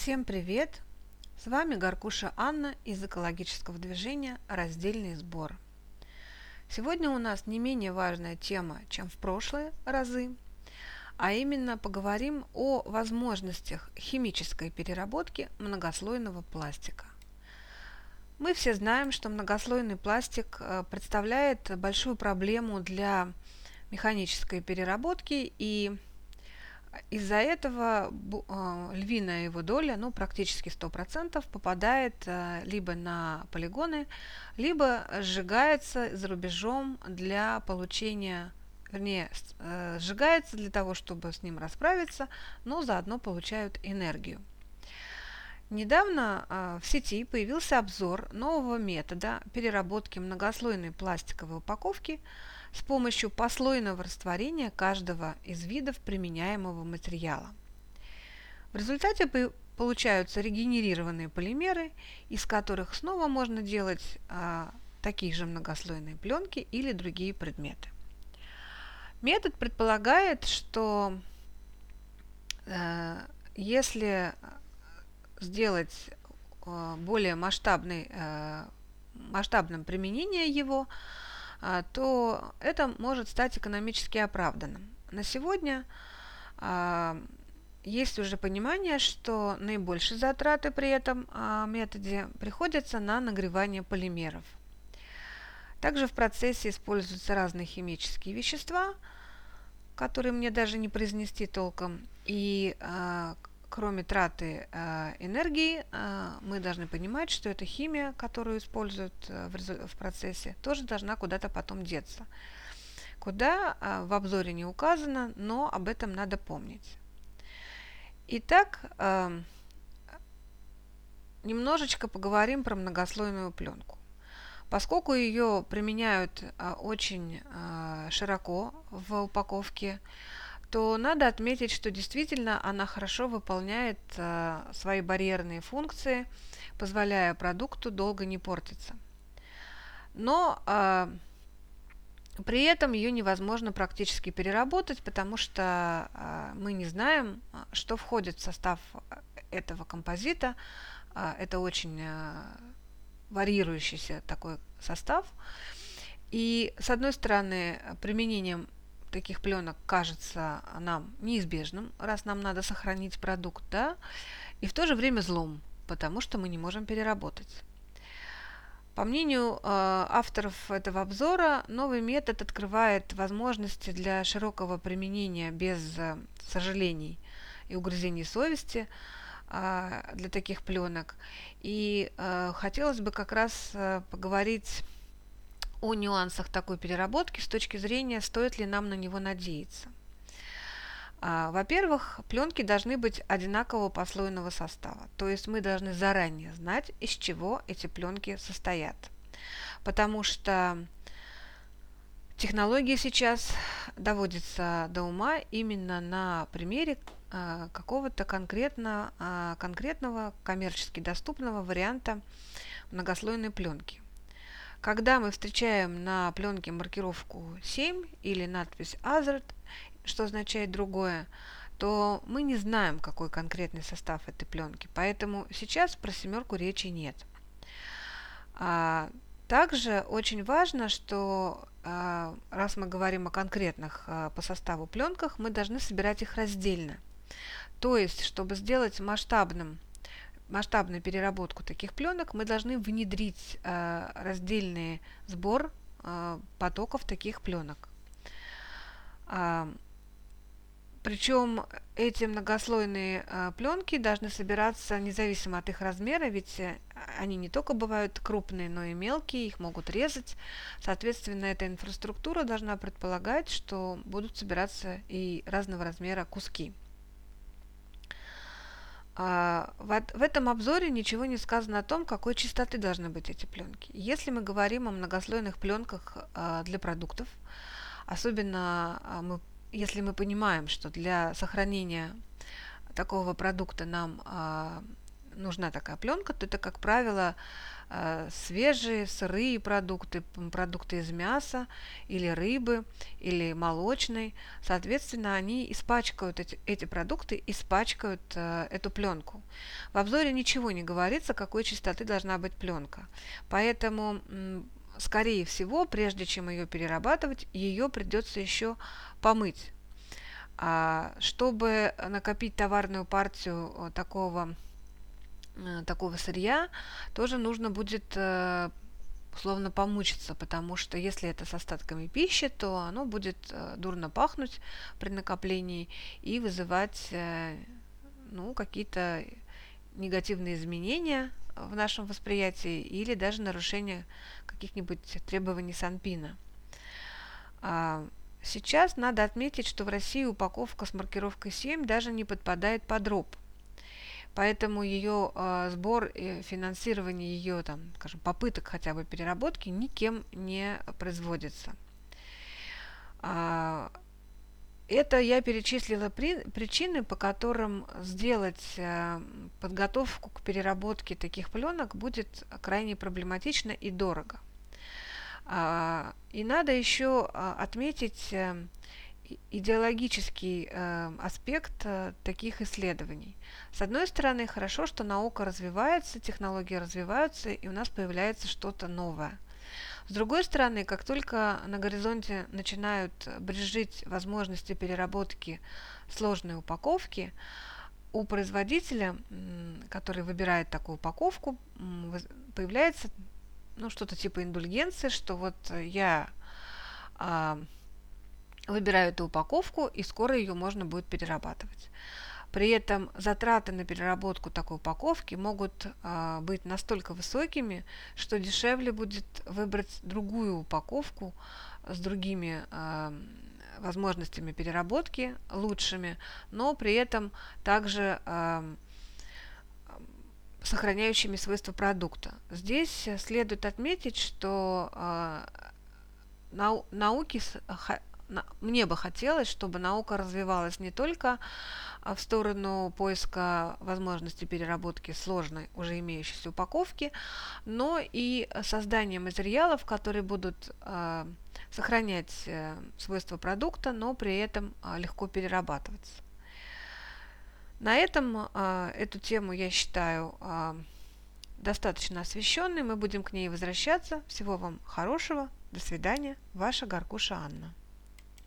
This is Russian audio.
Всем привет! С вами Горкуша Анна из экологического движения «Раздельный сбор». Сегодня у нас не менее важная тема, чем в прошлые разы, а именно поговорим о возможностях химической переработки многослойного пластика. Мы все знаем, что многослойный пластик представляет большую проблему для механической переработки, и из-за этого львиная его доля, практически 100%, попадает либо на полигоны, либо сжигается за рубежом для получения, вернее, сжигается для того, чтобы с ним расправиться, но заодно получают энергию. Недавно в сети появился обзор нового метода переработки многослойной пластиковой упаковки с помощью послойного растворения каждого из видов применяемого материала. В результате получаются регенерированные полимеры, из которых снова можно делать такие же многослойные пленки или другие предметы. Метод предполагает, что если сделать более масштабным применение его, то это может стать экономически оправданным. На сегодня есть уже понимание, что наибольшие затраты при этом методе приходятся на нагревание полимеров. Также в процессе используются разные химические вещества, которые мне даже не произнести толком, и кроме траты энергии, мы должны понимать, что эта химия, которую используют в процессе, тоже должна куда-то потом деться. Куда в обзоре не указано, но об этом надо помнить. Итак, немножечко поговорим про многослойную пленку. Поскольку ее применяют очень широко в упаковке, то надо отметить, что действительно она хорошо выполняет свои барьерные функции, позволяя продукту долго не портиться. Но при этом ее невозможно практически переработать, потому что мы не знаем, что входит в состав этого композита. Это очень варьирующийся такой состав. И с одной стороны, применением таких пленок кажется нам неизбежным, раз нам надо сохранить продукт, да, и в то же время злом, потому что мы не можем переработать. По мнению авторов этого обзора, новый метод открывает возможности для широкого применения без сожалений и угрызений совести для таких пленок. И хотелось бы как раз поговорить о нюансах такой переработки с точки зрения, стоит ли нам на него надеяться. Во-первых, пленки должны быть одинакового послойного состава, то есть мы должны заранее знать, из чего эти пленки состоят. Потому что технология сейчас доводится до ума именно на примере какого-то конкретного коммерчески доступного варианта многослойной пленки. Когда мы встречаем на пленке маркировку 7 или надпись Hazard, что означает другое, то мы не знаем, какой конкретный состав этой пленки, поэтому сейчас про семерку речи нет. Также очень важно, что раз мы говорим о конкретных по составу пленках, мы должны собирать их раздельно. То есть, чтобы сделать масштабную переработку таких пленок, мы должны внедрить раздельный сбор потоков таких пленок. Причем эти многослойные пленки должны собираться независимо от их размера, ведь они не только бывают крупные, но и мелкие, их могут резать. Соответственно, эта инфраструктура должна предполагать, что будут собираться и разного размера куски. В этом обзоре ничего не сказано о том, какой чистоты должны быть эти пленки. Если мы говорим о многослойных пленках для продуктов, особенно если мы понимаем, что для сохранения такого продукта нам нужна такая пленка, то это, как правило, свежие, сырые продукты, продукты из мяса или рыбы, или молочной. Соответственно, они испачкают эти продукты, испачкают эту пленку. В обзоре ничего не говорится, какой чистоты должна быть пленка. Поэтому, скорее всего, прежде чем ее перерабатывать, ее придется еще помыть. Чтобы накопить товарную партию такого сырья, тоже нужно будет условно помучиться, потому что если это с остатками пищи, то оно будет дурно пахнуть при накоплении и вызывать какие-то негативные изменения в нашем восприятии или даже нарушение каких-нибудь требований Санпина. Сейчас надо отметить, что в России упаковка с маркировкой 7 даже не подпадает под РОП. Поэтому ее сбор и финансирование ее, скажем, попыток хотя бы переработки никем не производится. Это я перечислила причины, по которым сделать подготовку к переработке таких пленок будет крайне проблематично и дорого. И надо еще отметить идеологический аспект таких исследований. С одной стороны, хорошо, что наука развивается, технологии развиваются, и у нас появляется что-то новое. С другой стороны, как только на горизонте начинают брезжить возможности переработки сложной упаковки, у производителя, который выбирает такую упаковку, появляется что-то типа индульгенции, что вот я выбираю эту упаковку, и скоро ее можно будет перерабатывать. При этом затраты на переработку такой упаковки могут быть настолько высокими, что дешевле будет выбрать другую упаковку с другими возможностями переработки, лучшими, но при этом также сохраняющими свойства продукта. Здесь следует отметить, что мне бы хотелось, чтобы наука развивалась не только в сторону поиска возможности переработки сложной, уже имеющейся упаковки, но и создания материалов, которые будут сохранять свойства продукта, но при этом легко перерабатываться. На этом эту тему я считаю достаточно освещенной. Мы будем к ней возвращаться. Всего вам хорошего. До свидания. Ваша Гаркуша Анна.